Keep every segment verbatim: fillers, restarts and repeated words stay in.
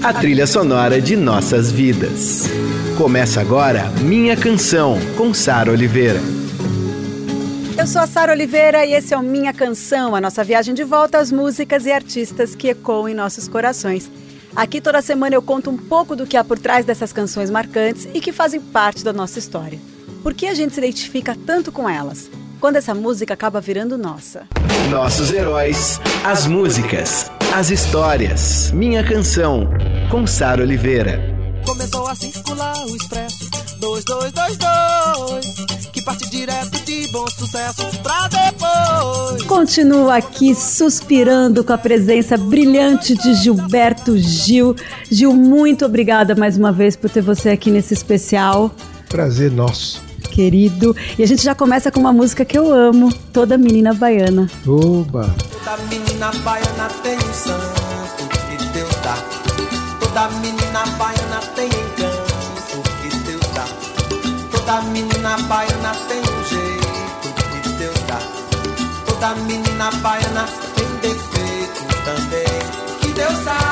a trilha sonora de nossas vidas. Começa agora Minha Canção, com Sara Oliveira. Eu sou a Sara Oliveira e esse é o Minha Canção, a nossa viagem de volta às músicas e artistas que ecoam em nossos corações. Aqui toda semana eu conto um pouco do que há por trás dessas canções marcantes e que fazem parte da nossa história. Por que a gente se identifica tanto com elas? Quando essa música acaba virando nossa. Nossos heróis, as músicas, as histórias. Minha Canção, com Sara Oliveira. Começou a circular o expresso dois dois dois dois, que parte direto de bom sucesso pra depois. Continuo aqui suspirando com a presença brilhante de Gilberto Gil. Gil, muito obrigada mais uma vez por ter você aqui nesse especial. Prazer nosso. Querido. E a gente já começa com uma música que eu amo, Toda Menina Baiana. Oba! Toda menina baiana tem um santo que Deus dá. Toda menina baiana tem encanto que Deus dá. Toda menina baiana tem um jeito que Deus dá. Toda menina baiana tem defeito também que Deus dá.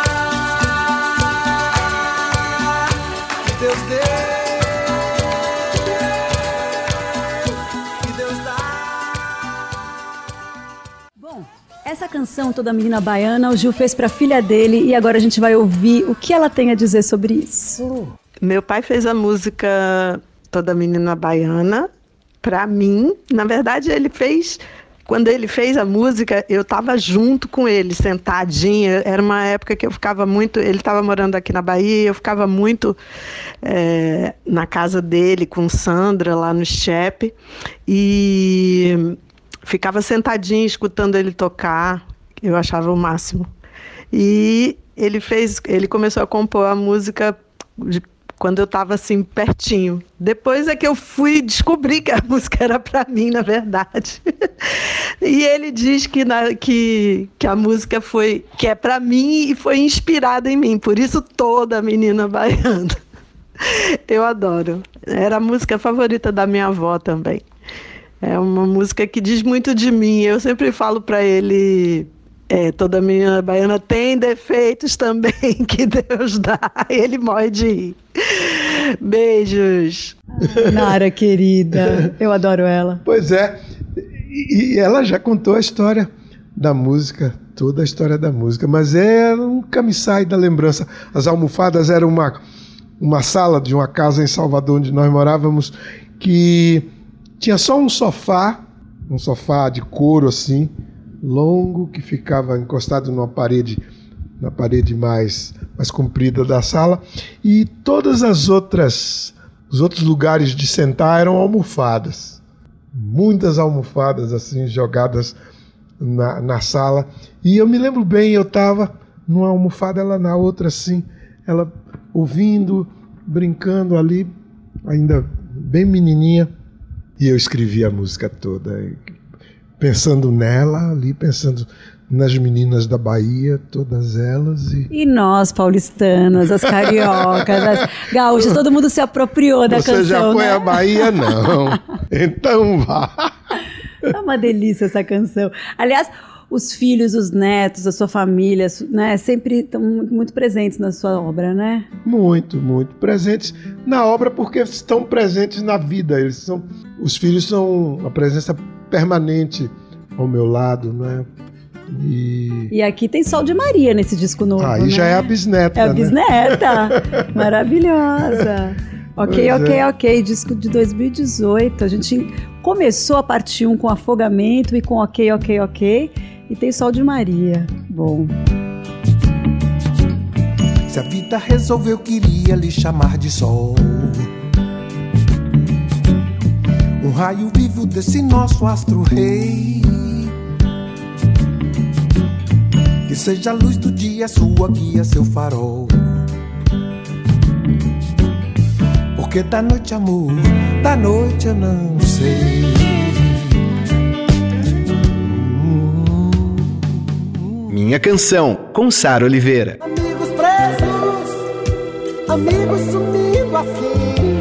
Que Deus deu. Essa canção, Toda Menina Baiana, o Gil fez para a filha dele e agora a gente vai ouvir o que ela tem a dizer sobre isso. Meu pai fez a música Toda Menina Baiana para mim. Na verdade, ele fez... Quando ele fez a música, eu estava junto com ele, sentadinha. Era uma época que eu ficava muito... Ele estava morando aqui na Bahia, eu ficava muito é, na casa dele com Sandra, lá no Chepe. E... ficava sentadinho escutando ele tocar, eu achava o máximo. E ele fez, ele começou a compor a música de, quando eu estava assim pertinho. Depois é que eu fui descobrir que a música era para mim, na verdade. E ele diz que, na, que, que a música foi, que é para mim e foi inspirada em mim. Por isso Toda Menina Baiana. Eu adoro. Era a música favorita da minha avó também. É uma música que diz muito de mim. Eu sempre falo para ele, é, toda menina baiana tem defeitos também que Deus dá. E ele morre de rir. Beijos. Ah, Nara, querida, eu adoro ela. Pois é, e, e ela já contou a história da música, toda a história da música, mas é, nunca me sai da lembrança. As almofadas eram uma, uma sala de uma casa em Salvador, onde nós morávamos, que... tinha só um sofá, um sofá de couro assim, longo, que ficava encostado numa parede, na parede mais, mais comprida da sala, e todas as outras, os outros lugares de sentar eram almofadas, muitas almofadas assim jogadas na, na sala. E eu me lembro bem, eu estava numa almofada, ela na outra assim, ela ouvindo, brincando ali, ainda bem menininha. E eu escrevi a música toda, pensando nela ali, pensando nas meninas da Bahia, todas elas. E, e nós, paulistanas, as cariocas, as gaúchas, todo mundo se apropriou da Você canção, já foi né? à Bahia? Não. Então vá. É uma delícia essa canção. Aliás, os filhos, os netos, a sua família, né, sempre estão muito presentes na sua obra, né? Muito, muito presentes na obra, porque estão presentes na vida. Eles são, os filhos são a presença permanente ao meu lado, né? E, e aqui tem Sol de Maria nesse disco novo. Aí né? já é a bisneta. É a né? bisneta. Maravilhosa. Ok, pois ok, é. ok. Disco de dois mil e dezoito. A gente começou a parte um com Afogamento e com Ok, ok, ok. E tem Sol de Maria. Bom. Se a vida resolveu, queria lhe chamar de sol. Um raio vivo desse nosso astro-rei. Que seja a luz do dia, sua guia, seu farol. Porque da noite, amor, da noite eu não sei. Minha Canção, com Sara Oliveira. Amigos presos, amigos sumindo assim,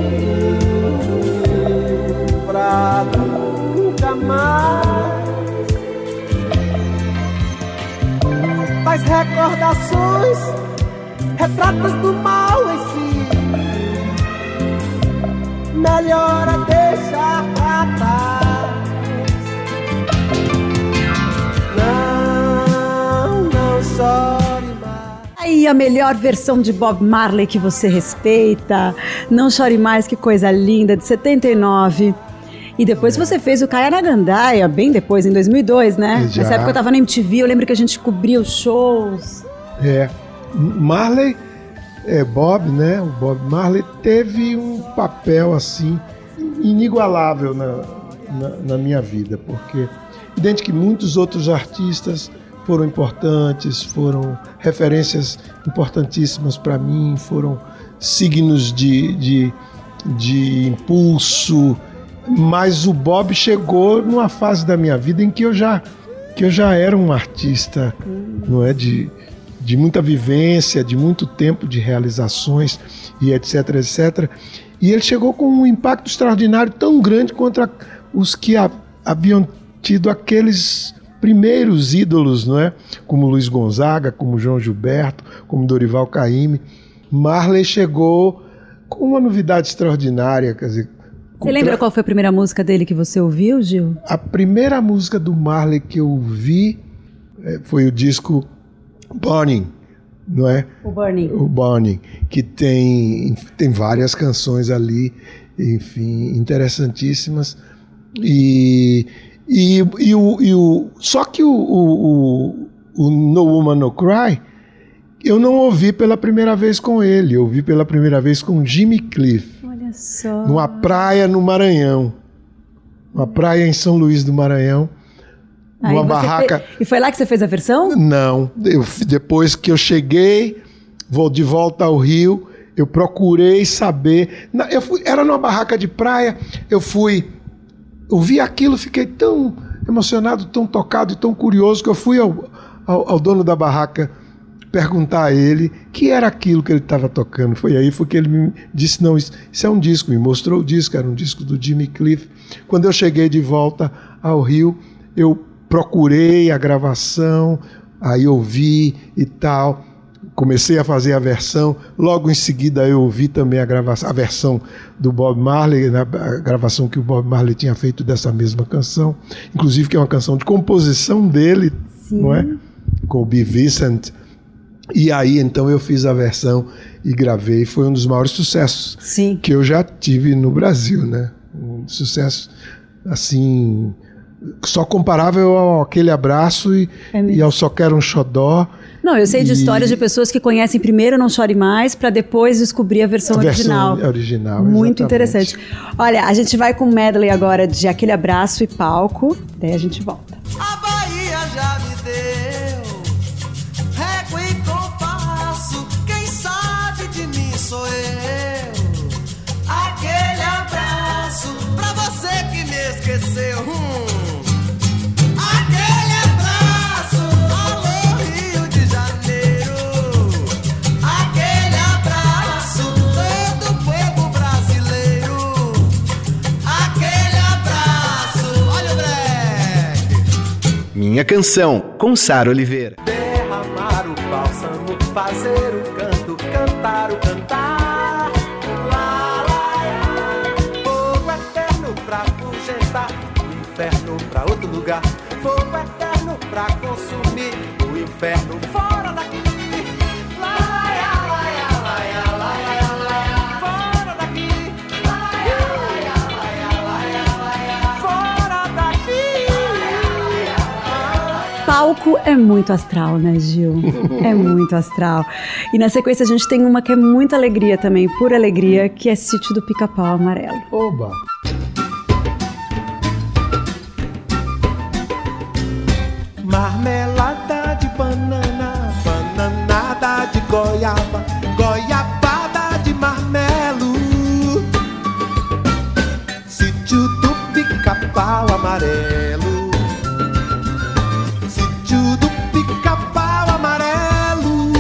pra nunca mais. Mas recordações retratos do mal em si. Melhor é deixar pra trás. Não, não chore mais. Aí a melhor versão de Bob Marley que você respeita, Não Chore Mais, que coisa linda, de setenta e nove. E depois é. você fez o Kaya na Gandaia, bem depois, em dois mil e dois, né? Já. Nessa época eu tava na M T V, eu lembro que a gente cobria os shows. É, Marley, é, Bob, né? O Bob Marley teve um papel assim inigualável na, na, na minha vida, porque evidente que muitos outros artistas foram importantes, foram referências importantíssimas para mim, foram signos de, de, de impulso, mas o Bob chegou numa fase da minha vida em que eu já, que eu já era um artista, não é, de, de muita vivência, de muito tempo de realizações e etc, etcétera. E ele chegou com um impacto extraordinário tão grande contra os que a, haviam tido aqueles primeiros ídolos, não é? Como Luiz Gonzaga, como João Gilberto, como Dorival Caymmi. Marley chegou com uma novidade extraordinária, quer dizer. Você lembra qual foi a primeira música dele que você ouviu, Gil? A primeira música do Marley que eu ouvi foi o disco Burning, não é? O Burning. O Burning, que tem, tem várias canções ali, enfim, interessantíssimas. E, e, e, o, e o, só que o, o, o No Woman No Cry eu não ouvi pela primeira vez com ele, eu ouvi pela primeira vez com Jimmy Cliff. Olha só. Numa praia no Maranhão. Uma praia em São Luís do Maranhão. Aí uma barraca. Fez... E foi lá que você fez a versão? Não. Eu, depois que eu cheguei, vou de volta ao Rio, eu procurei saber. Eu fui, era numa barraca de praia, eu fui. Eu vi aquilo, fiquei tão emocionado, tão tocado e tão curioso que eu fui ao, ao, ao dono da barraca perguntar a ele que era aquilo que ele estava tocando. Foi aí foi que ele me disse, não, isso, isso é um disco, me mostrou o disco, era um disco do Jimmy Cliff. Quando eu cheguei de volta ao Rio, eu procurei a gravação, aí ouvi e tal, comecei a fazer a versão, logo em seguida eu ouvi também a, gravação, a versão do Bob Marley, a gravação que o Bob Marley tinha feito dessa mesma canção, inclusive que é uma canção de composição dele, Sim. não é? Com o B. Vincent. E aí, então, eu fiz a versão e gravei. Foi um dos maiores sucessos Sim. que eu já tive no Brasil, né? Um sucesso, assim, só comparável ao Aquele Abraço e, é e ao Só Quero um Xodó. Não, eu sei de e... histórias de pessoas que conhecem primeiro Não Chore Mais para depois descobrir a versão a original. Versão original, muito exatamente. Interessante. Olha, a gente vai com um medley agora de Aquele Abraço e Palco, daí a gente volta. A Bahia já me deu régua e compasso, quem sabe de mim sou eu. Aquele abraço pra você que me esqueceu. Hum. Aquele abraço, alô Rio de Janeiro. Aquele abraço, todo o povo brasileiro. Aquele abraço, olha o breque. Minha Canção, com Sara Oliveira. Derramar o bálsamo, fazer o canto, cantar o cantar. Lá, lá, lá. Fogo eterno pra afugentar, o inferno pra outro lugar. Fogo eterno pra consumir, o inferno fora daqui. Lá, lá, lá, lá, lá, lá, lá, fora daqui. Lá, lá, lá, fora daqui. Palco é muito astral, né, Gil? É muito astral. E na sequência a gente tem uma que é muita alegria também, pura alegria, que é Sítio do Pica-Pau Amarelo. Oba! Marmelada de banana, bananada de goiaba, goiabada de marmelo. Sítio do Pica-Pau Amarelo. Sítio do Pica-Pau Amarelo.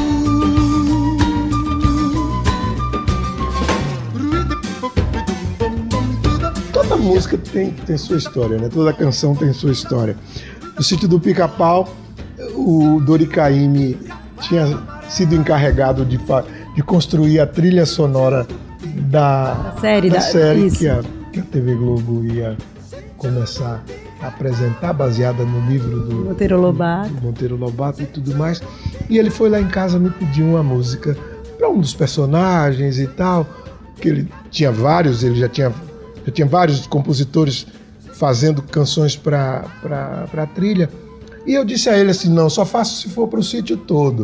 Toda música tem, tem sua história, né? Toda canção tem sua história. No Sítio do Pica-Pau, o Dori Caymmi tinha sido encarregado de, de construir a trilha sonora da, da série, da da, série que, a, que a T V Globo ia começar a apresentar, baseada no livro do Monteiro Lobato. do Monteiro Lobato e tudo mais. E ele foi lá em casa me pedir uma música para um dos personagens e tal, que ele tinha vários, ele já tinha, já tinha vários compositores fazendo canções para a trilha. E eu disse a ele assim, não, só faço se for para o sítio todo.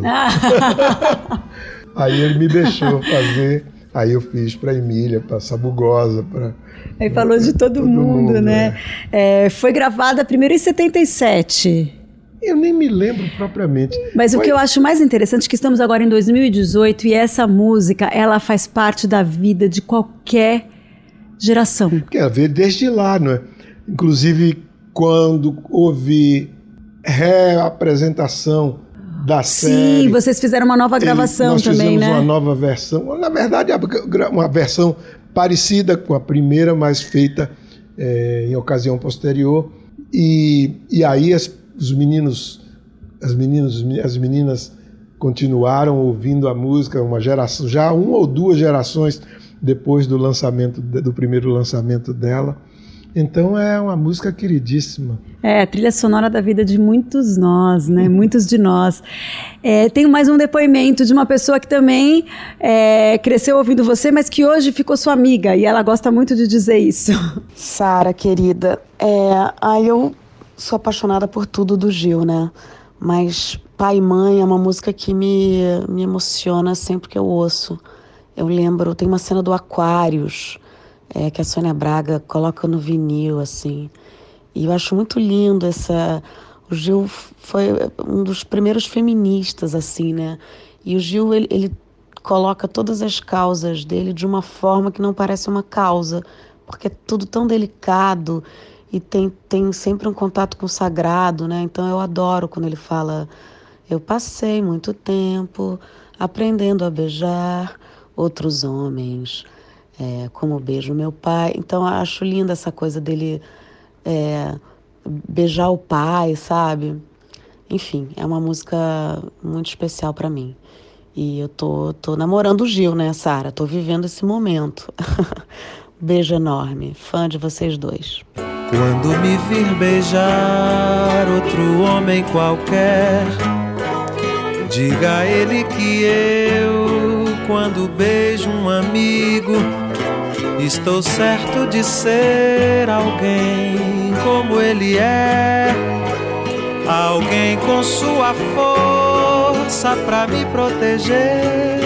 Aí ele me deixou fazer, aí eu fiz para Emília, para Sabugosa, para... Aí falou de todo, todo mundo, mundo, né? É. É, foi gravada primeiro em setenta e sete. Eu nem me lembro propriamente. Mas foi... o que eu acho mais interessante é que estamos agora em dois mil e dezoito e essa música, ela faz parte da vida de qualquer geração. Quer ver desde lá, não é? Inclusive, quando houve reapresentação da Sim, série... Sim, vocês fizeram uma nova gravação nós também, né? Nós fizemos uma nova versão. Na verdade, uma versão parecida com a primeira, mas feita é, em ocasião posterior. E, e aí as, os meninos, as meninas, as meninas continuaram ouvindo a música, uma geração, já uma ou duas gerações depois do lançamento, do primeiro lançamento dela. Então é uma música queridíssima. É, a trilha sonora da vida de muitos nós, né? Muitos de nós. É, tenho mais um depoimento de uma pessoa que também é, cresceu ouvindo você, mas que hoje ficou sua amiga, e ela gosta muito de dizer isso. Sara, querida, é, ah, eu sou apaixonada por tudo do Gil, né? Mas Pai e Mãe é uma música que me, me emociona sempre que eu ouço. Eu lembro, tem uma cena do Aquários, É, que a Sônia Braga coloca no vinil, assim. E eu acho muito lindo essa... O Gil foi um dos primeiros feministas, assim, né? E o Gil, ele, ele coloca todas as causas dele de uma forma que não parece uma causa, porque é tudo tão delicado e tem, tem sempre um contato com o sagrado, né? Então eu adoro quando ele fala: eu passei muito tempo aprendendo a beijar outros homens... É, como beijo meu pai. Então eu acho linda essa coisa dele é, beijar o pai, sabe? Enfim, é uma música muito especial para mim. E eu tô, tô namorando o Gil, né, Sara? Tô vivendo esse momento. Beijo enorme, fã de vocês dois. Quando me vir beijar outro homem qualquer, diga a ele que eu, quando beijo um amigo, estou certo de ser alguém como ele é, alguém com sua força pra me proteger,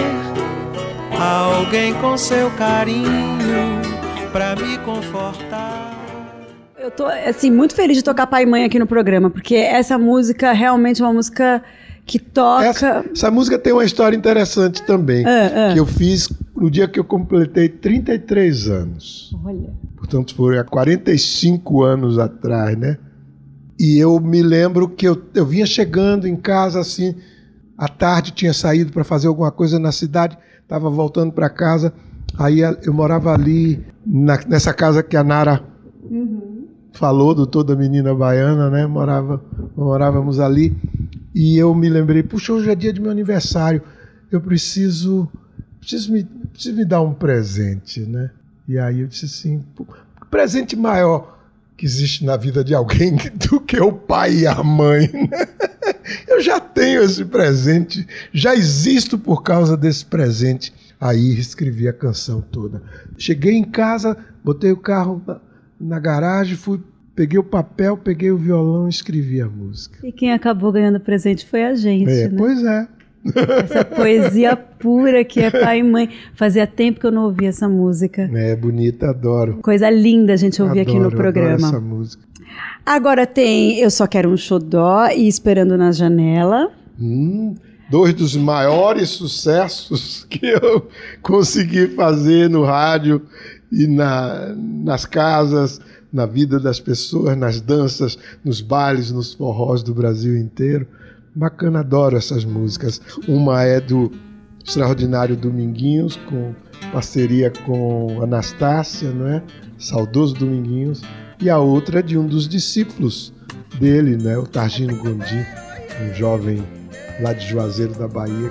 alguém com seu carinho pra me confortar. Eu tô, assim, muito feliz de tocar Pai e Mãe aqui no programa, porque essa música realmente é uma música que toca... Essa, essa música tem uma história interessante também, ah, ah. que eu fiz no dia que eu completei trinta e três anos. Olha. Portanto, foi há quarenta e cinco anos atrás, né? E eu me lembro que eu, eu vinha chegando em casa, assim, à tarde, tinha saído para fazer alguma coisa na cidade, estava voltando para casa, aí eu morava ali, na, nessa casa que a Nara uhum. falou, do Toda Menina Baiana, né? Morava, morávamos ali. E eu me lembrei, puxa, hoje é dia de meu aniversário, eu preciso, preciso, me, preciso me dar um presente, né? E aí eu disse assim, presente maior que existe na vida de alguém do que o pai e a mãe, né? Eu já tenho esse presente, já existo por causa desse presente. Aí escrevi a canção toda. Cheguei em casa, botei o carro na, na garagem, fui... Peguei o papel, peguei o violão e escrevi a música. E quem acabou ganhando o presente foi a gente, é, né? Pois é. Essa poesia pura que é Pai e Mãe. Fazia tempo que eu não ouvia essa música. É bonita, adoro. Coisa linda a gente ouvir adoro, aqui no programa. Adoro essa música. Agora tem Eu Só Quero um Xodó e Esperando na Janela. Hum, dois dos maiores sucessos que eu consegui fazer no rádio e na, nas casas, na vida das pessoas, nas danças, nos bailes, nos forrós do Brasil inteiro. Bacana, adoro essas músicas. Uma é do Extraordinário Dominguinhos, com parceria com Anastácia, não é? Saudoso Dominguinhos. E a outra é de um dos discípulos dele, né? O Targino Gondim, um jovem lá de Juazeiro da Bahia, que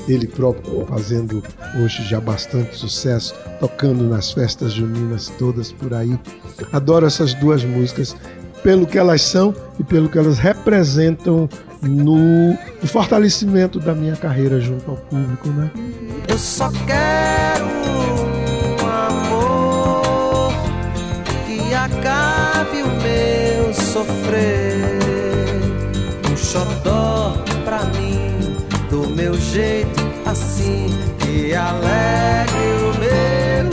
ele próprio fazendo hoje já bastante sucesso, tocando nas festas juninas todas por aí. Adoro essas duas músicas, pelo que elas são e pelo que elas representam no, no fortalecimento da minha carreira junto ao público, né? Eu só quero um amor que acabe o meu sofrer, um xodó pra mim, do meu jeito assim, que alegre o meu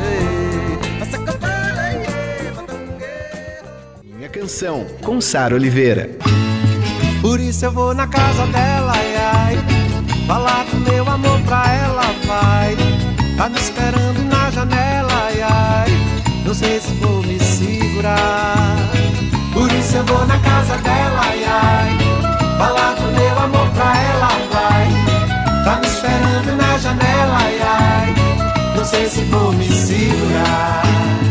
viver. Minha Canção, com Sara Oliveira. Por isso eu vou na casa dela, ai, ai, falar do meu amor pra ela, vai. Tá me esperando na janela, ai, ai, não sei se vou me segurar. Por isso eu vou na casa dela, ai, ai, falar do meu amor pra ela, vai. Tá me esperando na janela, ai, ai, não sei se vou me segurar.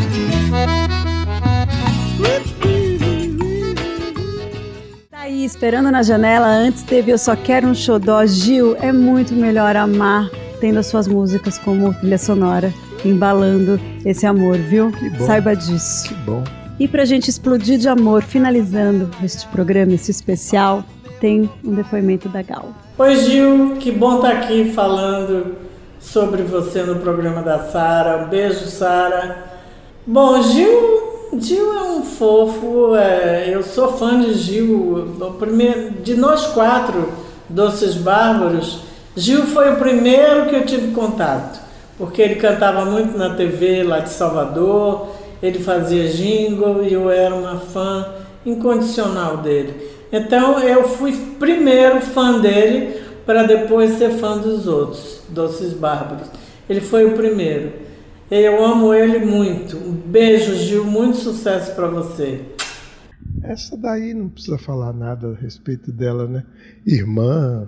Aí, esperando na janela, antes teve Eu Só Quero um Xodó. Gil, é muito melhor amar tendo as suas músicas como trilha sonora, embalando esse amor, viu? Que bom. Saiba disso. Que bom. E pra gente explodir de amor, finalizando este programa, esse especial, tem um depoimento da Gal. Oi, Gil, que bom estar aqui falando sobre você no programa da Sara. Um beijo, Sara. Bom, Gil... Gil é um fofo, é, eu sou fã de Gil, o primeiro, de nós quatro Doces Bárbaros, Gil foi o primeiro que eu tive contato, porque ele cantava muito na T V lá de Salvador, ele fazia jingle e eu era uma fã incondicional dele. Então eu fui primeiro fã dele para depois ser fã dos outros, Doces Bárbaros. Ele foi o primeiro. Eu amo ele muito. Um beijo, Gil. Muito sucesso para você. Essa daí não precisa falar nada a respeito dela, né? Irmã,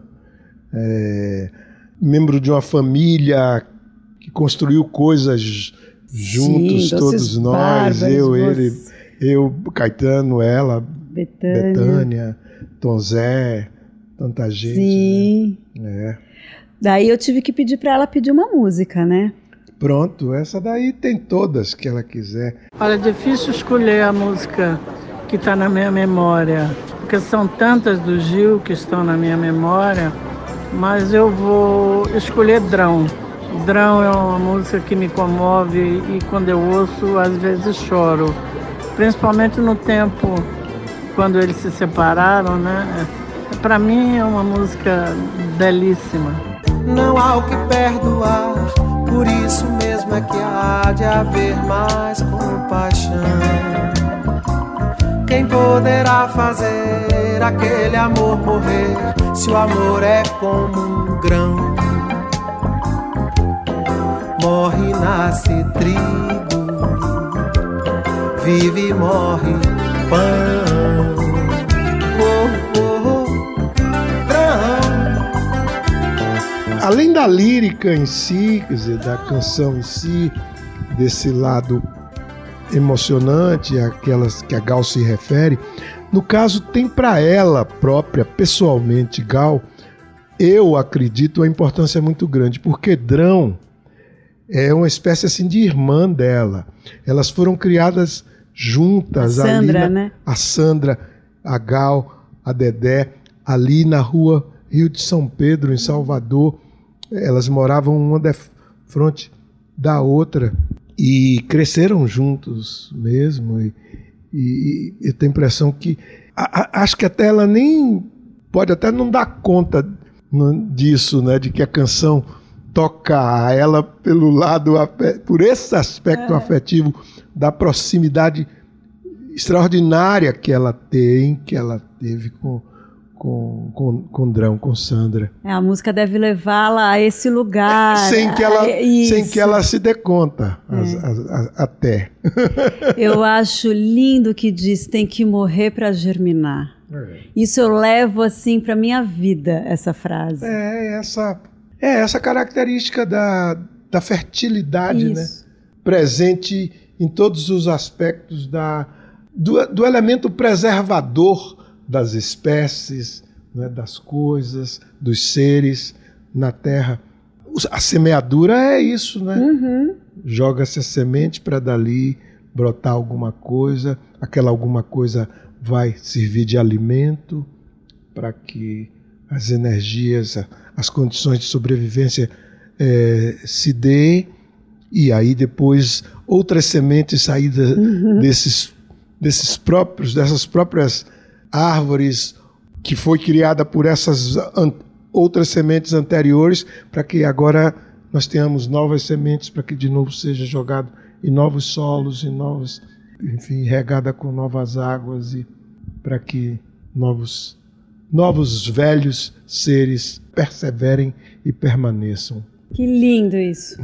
é, membro de uma família que construiu coisas juntos, sim, todos nós. Bárbaros, eu, ele, eu, Caetano, ela, Betânia, Betânia, Tom Zé, tanta gente. Sim. Né? É. Daí eu tive que pedir para ela pedir uma música, né? Pronto, essa daí tem todas que ela quiser. Olha, é difícil escolher a música que está na minha memória, porque são tantas do Gil que estão na minha memória, mas eu vou escolher Drão. Drão é uma música que me comove e quando eu ouço, às vezes choro. Principalmente no tempo quando eles se separaram, né? Para mim é uma música belíssima. Não há o que perdoar, por isso mesmo é que há de haver mais compaixão. Quem poderá fazer aquele amor morrer, se o amor é como um grão? Morre e nasce trigo, vive e morre pão. Oh, oh, oh, grão. Além da lírica em si, quer dizer, da canção em si, desse lado emocionante, aquelas que a Gal se refere, no caso tem para ela própria, pessoalmente, Gal, eu acredito a importância muito grande, porque Drão é uma espécie assim de irmã dela. Elas foram criadas juntas, a Sandra, ali na, né? A Sandra, a Gal, a Dedé, ali na rua Rio de São Pedro, em Salvador. Elas moravam uma de frente da outra e cresceram juntos mesmo. E, e, e eu tenho a impressão que a, a, acho que até ela nem pode até não dar conta disso, né? De que a canção toca a ela pelo lado, por esse aspecto é. afetivo da proximidade extraordinária que ela tem, que ela teve com Com, com, com Drão, com Sandra. É, a música deve levá-la a esse lugar. É, sem, que ela, é, sem que ela se dê conta, é. as, as, as, até. Eu acho lindo que diz, tem que morrer para germinar. É. Isso eu levo assim para minha vida, essa frase. É essa, é essa característica da, da fertilidade, né? Presente em todos os aspectos da, do, do elemento preservador das espécies, né, das coisas, dos seres, na terra. A semeadura é isso, né? Uhum. Joga-se a semente para dali brotar alguma coisa, aquela alguma coisa vai servir de alimento para que as energias, as condições de sobrevivência é, se dê, e aí depois outras sementes saídas uhum. desses, desses próprios, dessas próprias árvores que foi criada por essas an- outras sementes anteriores, para que agora nós tenhamos novas sementes, para que de novo seja jogado em novos solos, em novos, enfim, regada com novas águas, e para que novos, novos velhos seres perseverem e permaneçam. Que lindo isso.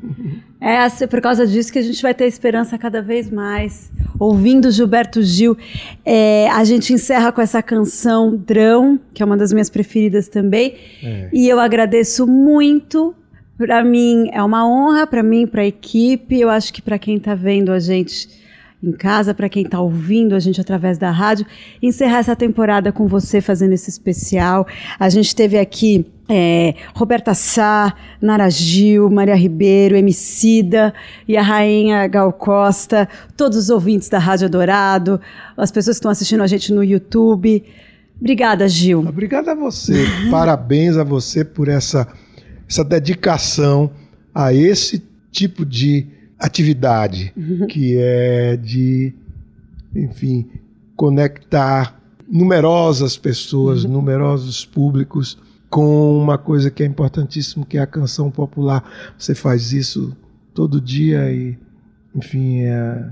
É por causa disso que a gente vai ter esperança cada vez mais. Ouvindo Gilberto Gil, é, a gente encerra com essa canção Drão, que é uma das minhas preferidas também. É. E eu agradeço muito. Para mim é uma honra, para mim, para a equipe. Eu acho que para quem está vendo a gente em casa, para quem está ouvindo a gente através da rádio, encerrar essa temporada com você fazendo esse especial. A gente teve aqui é, Roberta Sá, Nara Gil, Maria Ribeiro, Emicida e a rainha Gal Costa, todos os ouvintes da Rádio Eldorado, as pessoas que estão assistindo a gente no YouTube. Obrigada, Gil. Obrigado a você. Parabéns a você por essa, essa dedicação a esse tipo de atividade, uhum. que é de, enfim, conectar numerosas pessoas, uhum. numerosos públicos com uma coisa que é importantíssima, que é a canção popular. Você faz isso todo dia e, enfim, é,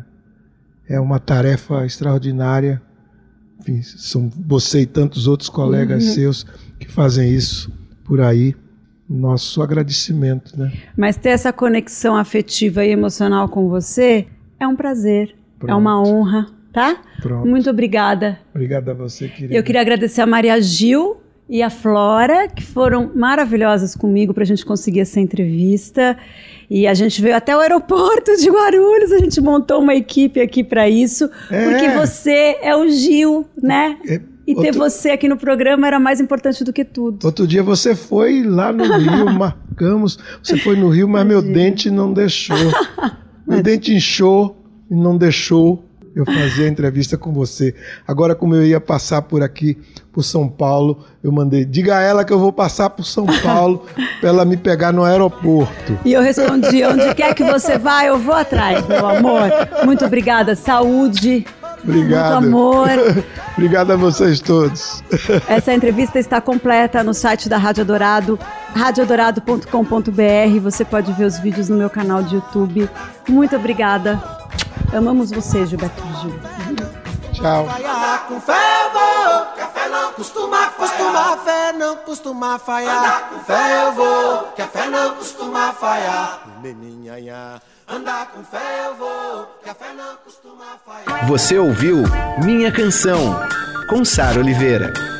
é uma tarefa extraordinária. Enfim, são você e tantos outros colegas uhum. seus que fazem isso por aí. Nosso agradecimento, né? Mas ter essa conexão afetiva e emocional com você é um prazer, Pronto. É uma honra, tá? Pronto. Muito obrigada. Obrigada a você, querida. Eu queria agradecer a Maria Gil e a Flora, que foram maravilhosas comigo para a gente conseguir essa entrevista. E a gente veio até o aeroporto de Guarulhos, a gente montou uma equipe aqui para isso, é. porque você é o Gil, né? É. E ter outro... você aqui no programa era mais importante do que tudo. Outro dia você foi lá no Rio, marcamos. Você foi no Rio, mas Imagina. meu dente não deixou. Meu dente inchou e não deixou eu fazer a entrevista com você. Agora, como eu ia passar por aqui, por São Paulo, eu mandei, diga a ela que eu vou passar por São Paulo para ela me pegar no aeroporto. E eu respondi, onde quer que você vá, eu vou atrás, meu amor. Muito obrigada. Saúde. Obrigado. Muito amor. Obrigado a vocês todos. Essa entrevista está completa no site da Rádio Eldorado, rádio eldorado ponto com ponto b r. Você pode ver os vídeos no meu canal de YouTube. Muito obrigada. Amamos você, Gilberto Gil. Tchau. Com fé eu vou, café não costuma falhar. Fé não costuma falhar. Com fé eu vou, que a fé não costuma falhar. Meninha, andar com fé eu vou, que a fé não costuma falhar. Você ouviu Minha Canção, com Sara Oliveira.